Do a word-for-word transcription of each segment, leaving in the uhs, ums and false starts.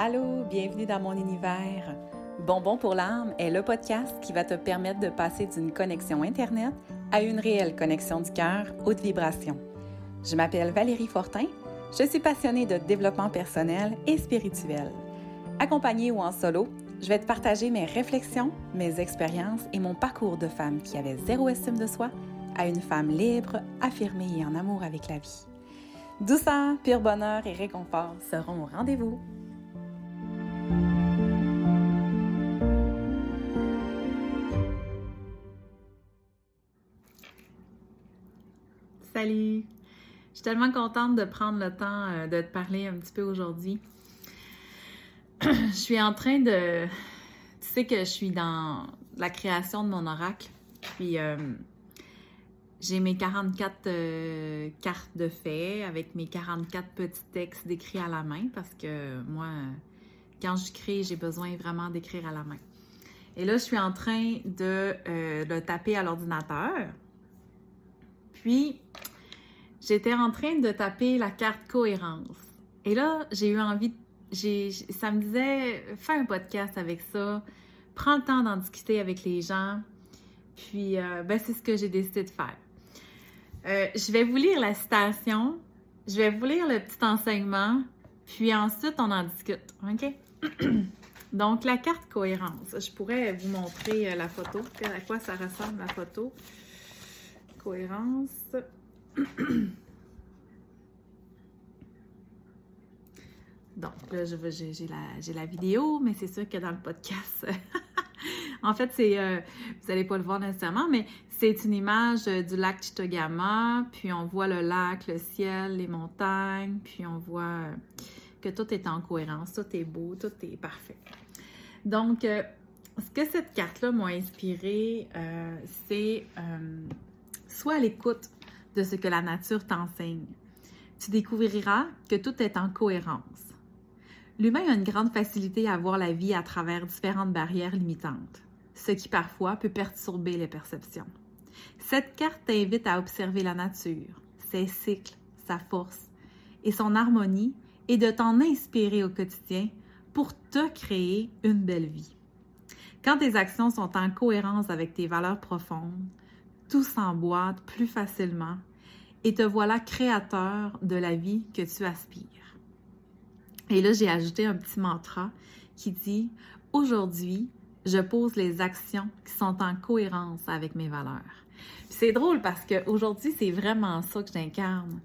Allô, bienvenue dans mon univers. Bonbon pour l'âme est le podcast qui va te permettre de passer d'une connexion Internet à une réelle connexion du cœur haute vibration. Je m'appelle Valérie Fortin, je suis passionnée de développement personnel et spirituel. Accompagnée ou en solo, je vais te partager mes réflexions, mes expériences et mon parcours de femme qui avait zéro estime de soi à une femme libre, affirmée et en amour avec la vie. Douceur, pur bonheur et réconfort seront au rendez-vous. Salut! Je suis tellement contente de prendre le temps euh, de te parler un petit peu aujourd'hui. Je suis en train de... Tu sais que je suis dans la création de mon oracle. Puis euh, j'ai mes quarante-quatre euh, cartes de fées avec mes quarante-quatre petits textes décrits à la main parce que moi, quand je crée, j'ai besoin vraiment d'écrire à la main. Et là, je suis en train de euh, le taper à l'ordinateur. Puis, j'étais en train de taper la carte cohérence. Et là, j'ai eu envie, j'ai, ça me disait, fais un podcast avec ça, prends le temps d'en discuter avec les gens. Puis, euh, ben, c'est ce que j'ai décidé de faire. Euh, je vais vous lire la citation, je vais vous lire le petit enseignement, puis ensuite, on en discute. OK? Donc, la carte cohérence. Je pourrais vous montrer la photo, à quoi ça ressemble la photo. Cohérence. Donc, là, je veux, j'ai, j'ai, la, j'ai la vidéo, mais c'est sûr que dans le podcast, en fait, c'est, euh, vous n'allez pas le voir nécessairement, mais c'est une image du lac Chitogama, puis on voit le lac, le ciel, les montagnes, puis on voit que tout est en cohérence, tout est beau, tout est parfait. Donc, euh, ce que cette carte-là m'a inspiré, euh, c'est... Euh, Sois à l'écoute de ce que la nature t'enseigne. Tu découvriras que tout est en cohérence. L'humain a une grande facilité à voir la vie à travers différentes barrières limitantes, ce qui parfois peut perturber les perceptions. Cette carte t'invite à observer la nature, ses cycles, sa force et son harmonie et de t'en inspirer au quotidien pour te créer une belle vie. Quand tes actions sont en cohérence avec tes valeurs profondes, tout s'emboîte plus facilement et te voilà créateur de la vie que tu aspires. Et là, j'ai ajouté un petit mantra qui dit « Aujourd'hui, je pose les actions qui sont en cohérence avec mes valeurs. » Puis c'est drôle parce qu'aujourd'hui, c'est vraiment ça que j'incarne.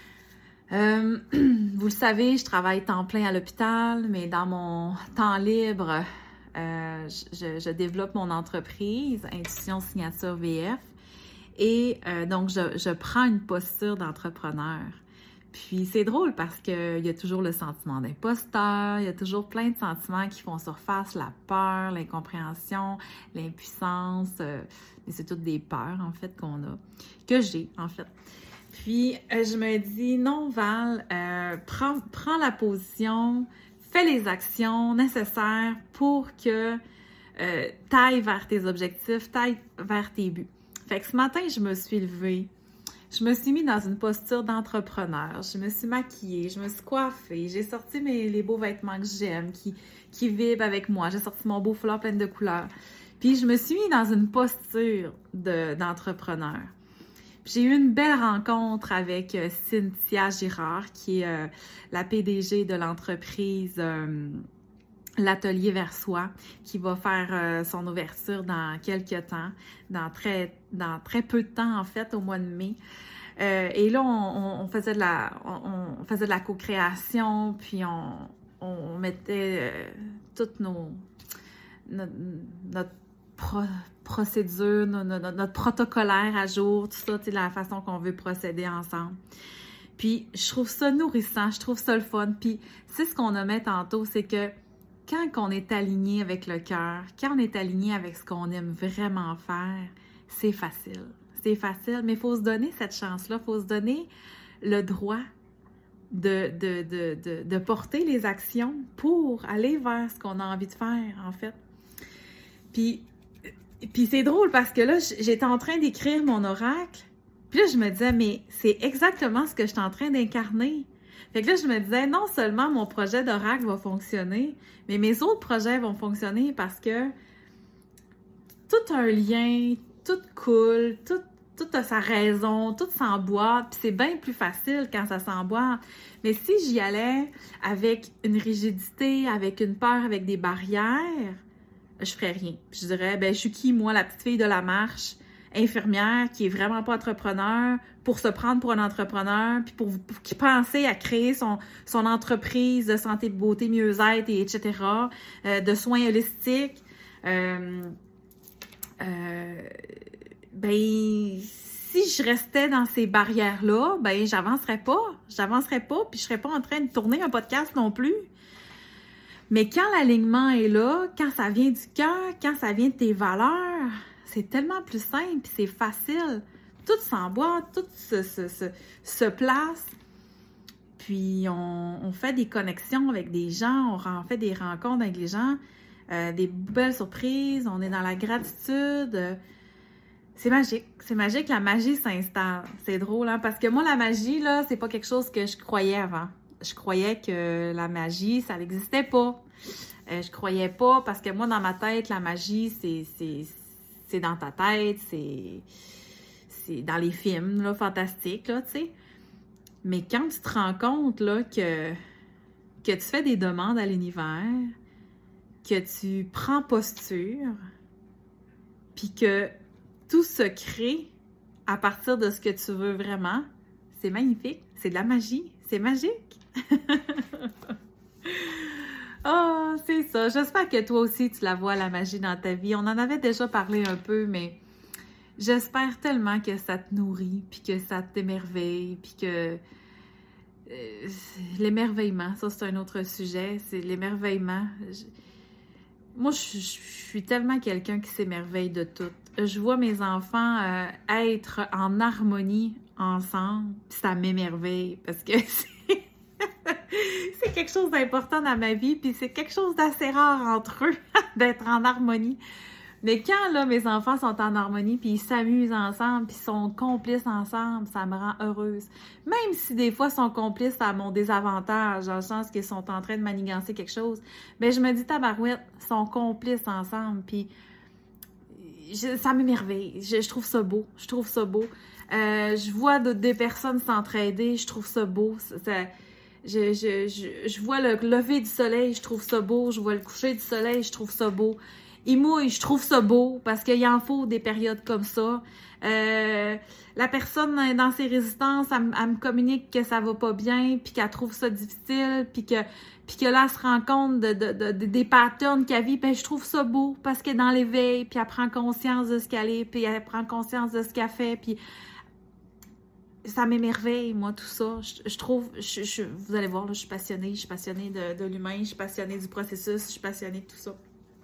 Euh, vous le savez, je travaille temps plein à l'hôpital, mais dans mon temps libre, euh, je, je développe mon entreprise, Intuition Signature V F. Et euh, donc, je, je prends une posture d'entrepreneur. Puis, c'est drôle parce qu'il y a toujours le sentiment d'imposteur, il y a toujours plein de sentiments qui font surface, la peur, l'incompréhension, l'impuissance. Euh, mais c'est toutes des peurs, en fait, qu'on a, que j'ai, en fait. Puis, euh, je me dis, non, Val, euh, prends, prends la position, fais les actions nécessaires pour que euh, tu ailles vers tes objectifs, tu ailles vers tes buts. Fait que ce matin, je me suis levée, je me suis mis dans une posture d'entrepreneur, je me suis maquillée, je me suis coiffée, j'ai sorti mes, les beaux vêtements que j'aime, qui, qui vibrent avec moi, j'ai sorti mon beau foulard plein de couleurs. Puis je me suis mis dans une posture de, d'entrepreneur. Puis j'ai eu une belle rencontre avec euh, Cynthia Girard, qui est euh, la P D G de l'entreprise euh, l'Atelier Vers Soi, qui va faire euh, son ouverture dans quelques temps, dans très, dans très peu de temps, en fait, au mois de mai. Euh, et là, on, on, on faisait de la, on, on faisait de la co-création, puis on, on mettait euh, toutes nos, notre, notre pro, procédure, notre, notre, notre protocolaire à jour, tout ça, tu sais, la façon qu'on veut procéder ensemble. Puis, je trouve ça nourrissant, je trouve ça le fun. Puis, c'est ce qu'on nommait tantôt, c'est que quand on est aligné avec le cœur, quand on est aligné avec ce qu'on aime vraiment faire, c'est facile. C'est facile, mais il faut se donner cette chance-là. Il faut se donner le droit de, de, de, de, de porter les actions pour aller vers ce qu'on a envie de faire, en fait. Puis, puis c'est drôle parce que là, j'étais en train d'écrire mon oracle, puis là, je me disais, mais c'est exactement ce que je suis en train d'incarner. Fait que là, je me disais, non seulement mon projet d'oracle va fonctionner, mais mes autres projets vont fonctionner parce que tout a un lien, tout coule, tout, tout a sa raison, tout s'emboîte, puis c'est bien plus facile quand ça s'emboîte. Mais si j'y allais avec une rigidité, avec une peur, avec des barrières, je ferais rien. Je dirais, ben je suis qui, moi, la petite fille de la marche, infirmière, qui est vraiment pas entrepreneur, pour se prendre pour un entrepreneur, puis pour, pour qui pensait à créer son, son entreprise de santé, de beauté, mieux-être, et etc., euh, de soins holistiques. Euh, euh, ben, si je restais dans ces barrières-là, ben, j'avancerais pas. J'avancerais pas, puis je serais pas en train de tourner un podcast non plus. Mais quand l'alignement est là, quand ça vient du cœur, quand ça vient de tes valeurs, c'est tellement plus simple, puis c'est facile. Tout s'emboîte, tout se, se, se, se place. Puis on, on fait des connexions avec des gens, on fait des rencontres avec les gens, euh, des belles surprises, on est dans la gratitude. Euh, c'est magique, c'est magique, la magie s'installe. C'est drôle, hein? Parce que moi, la magie, là, c'est pas quelque chose que je croyais avant. Je croyais que la magie, ça n'existait pas. Euh, je croyais pas parce que moi, dans ma tête, la magie, c'est, c'est, c'est dans ta tête, c'est, c'est dans les films là, fantastiques, là, tu sais. Mais quand tu te rends compte là, que, que tu fais des demandes à l'univers, que tu prends posture, puis que tout se crée à partir de ce que tu veux vraiment, c'est magnifique, c'est de la magie, c'est magique. Oh, c'est ça. J'espère que toi aussi, tu la vois, la magie dans ta vie. On en avait déjà parlé un peu, mais j'espère tellement que ça te nourrit, puis que ça t'émerveille, puis que euh, l'émerveillement, ça c'est un autre sujet, c'est l'émerveillement. Je... Moi, je, je suis tellement quelqu'un qui s'émerveille de tout. Je vois mes enfants euh, être en harmonie ensemble, puis ça m'émerveille, parce que c'est... c'est quelque chose d'important dans ma vie, puis c'est quelque chose d'assez rare entre eux, d'être en harmonie. Mais quand, là, mes enfants sont en harmonie, puis ils s'amusent ensemble, puis ils sont complices ensemble, ça me rend heureuse. Même si des fois, ils sont complices à mon désavantage, dans le sens qu'ils sont en train de manigancer quelque chose, bien, je me dis, tabarouette, ils sont complices ensemble, puis je, ça m'émerveille. Je, je trouve ça beau, je trouve ça beau. Euh, je vois de, des personnes s'entraider, je trouve ça beau. Ça, ça, Je, je, je, je vois le lever du soleil, je trouve ça beau. Je vois le coucher du soleil, je trouve ça beau. Il mouille, je trouve ça beau parce qu'il en faut des périodes comme ça. Euh, la personne dans ses résistances, elle, elle me communique que ça va pas bien, puis qu'elle trouve ça difficile, puis que, puis que là, elle se rend compte de, de, de, de, des patterns qu'elle vit. Ben, je trouve ça beau parce qu'elle est dans l'éveil, puis elle prend conscience de ce qu'elle est, puis elle prend conscience de ce qu'elle fait, puis ça m'émerveille, moi, tout ça. Je, je trouve, je, je, vous allez voir, là, je suis passionnée. Je suis passionnée de, de l'humain, je suis passionnée du processus, je suis passionnée de tout ça.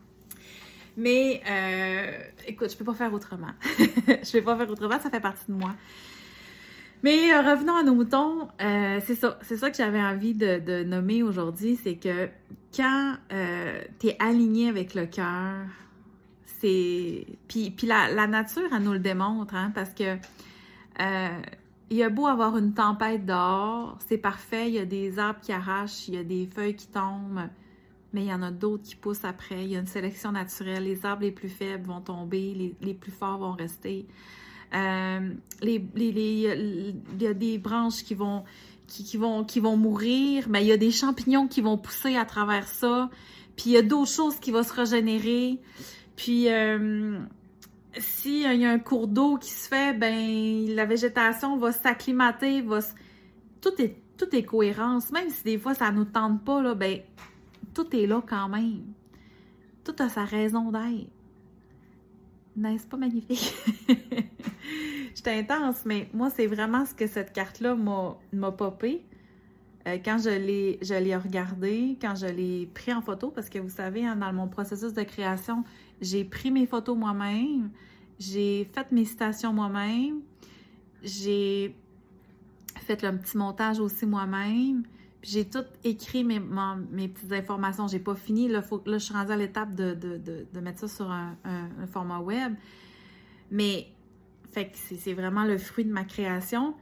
Mais, euh, écoute, je peux pas faire autrement. Je peux pas faire autrement, ça fait partie de moi. Mais euh, revenons à nos moutons. Euh, c'est ça, c'est ça que j'avais envie de, de nommer aujourd'hui, c'est que quand euh, tu es aligné avec le cœur, c'est... Puis, puis la, la nature, elle nous le démontre, hein, parce que... Euh, il y a beau avoir une tempête dehors, c'est parfait, il y a des arbres qui arrachent, il y a des feuilles qui tombent, mais il y en a d'autres qui poussent après. Il y a une sélection naturelle. Les arbres les plus faibles vont tomber, les, les plus forts vont rester. Euh, les, les, les, il y a des branches qui vont, qui, qui, vont, qui vont mourir, mais il y a des champignons qui vont pousser à travers ça. Puis il y a d'autres choses qui vont se régénérer. Puis... Euh, s'il y a un cours d'eau qui se fait, ben la végétation va s'acclimater, va s... tout est tout est cohérence. Même si des fois ça nous tente pas là, ben tout est là quand même. Tout a sa raison d'être. N'est-ce pas magnifique? J'étais intense, mais moi c'est vraiment ce que cette carte-là m'a m'a popé. Euh, quand je l'ai je l'ai regardée, quand je l'ai pris en photo, parce que vous savez, hein, dans mon processus de création, j'ai pris mes photos moi-même, j'ai fait mes citations moi-même, j'ai fait le petit montage aussi moi-même, puis j'ai tout écrit mes, mon, mes petites informations. J'ai pas fini, là, faut, là je suis rendue à l'étape de, de, de, de mettre ça sur un, un, un format web, mais fait que c'est, c'est vraiment le fruit de ma création.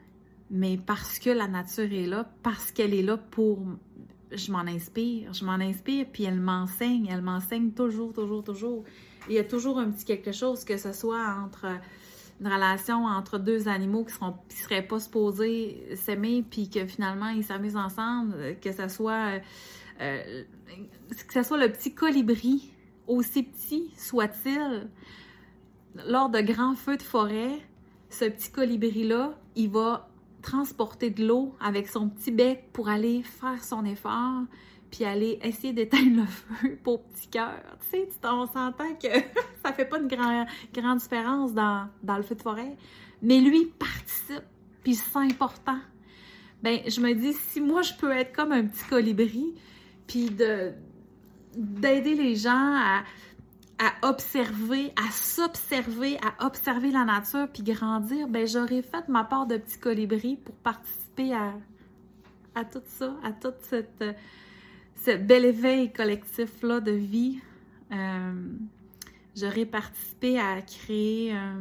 mais parce que la nature est là, parce qu'elle est là pour... Je m'en inspire, je m'en inspire, puis elle m'enseigne, elle m'enseigne toujours, toujours, toujours. Il y a toujours un petit quelque chose, que ce soit entre une relation entre deux animaux qui ne qui seraient pas supposés s'aimer, puis que finalement ils s'amusent ensemble, que ce soit, euh, que ce soit le petit colibri, aussi petit soit-il, lors de grands feux de forêt, ce petit colibri-là, il va transporter de l'eau avec son petit bec pour aller faire son effort, puis aller essayer d'éteindre le feu pour petit cœur. Tu sais, on s'entend que ça fait pas de grand, grande différence dans, dans le feu de forêt, mais lui participe, puis c'est important. Ben, je me dis, si moi je peux être comme un petit colibri, puis de d'aider les gens à à observer, à s'observer, à observer la nature puis grandir, ben j'aurais fait ma part de petit colibri pour participer à, à tout ça, à tout cette, ce bel éveil collectif-là de vie. Euh, j'aurais participé à créer euh,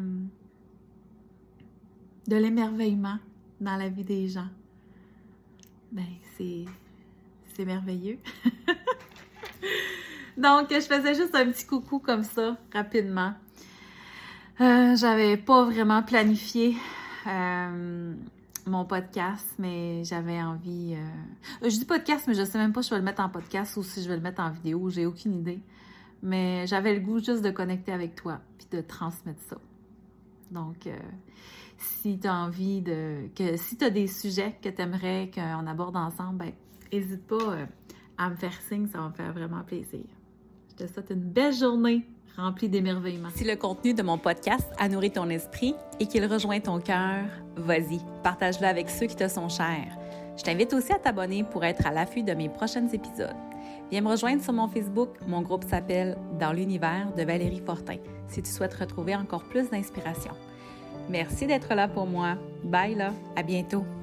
de l'émerveillement dans la vie des gens. Ben, c'est, c'est merveilleux. Donc, je faisais juste un petit coucou comme ça, rapidement. Euh, j'avais pas vraiment planifié euh, mon podcast, mais j'avais envie... Euh... Je dis podcast, mais je sais même pas si je vais le mettre en podcast ou si je vais le mettre en vidéo. J'ai aucune idée. Mais j'avais le goût juste de connecter avec toi puis de transmettre ça. Donc, euh, si tu as envie de... que si tu as des sujets que tu aimerais qu'on aborde ensemble, ben n'hésite pas euh, à me faire signe, ça va me faire vraiment plaisir. Je te souhaite une belle journée remplie d'émerveillement. Si le contenu de mon podcast a nourri ton esprit et qu'il rejoint ton cœur, vas-y, partage-le avec ceux qui te sont chers. Je t'invite aussi à t'abonner pour être à l'affût de mes prochains épisodes. Viens me rejoindre sur mon Facebook. Mon groupe s'appelle « Dans l'univers de Valérie Fortin » si tu souhaites retrouver encore plus d'inspiration. Merci d'être là pour moi. Bye là, à bientôt.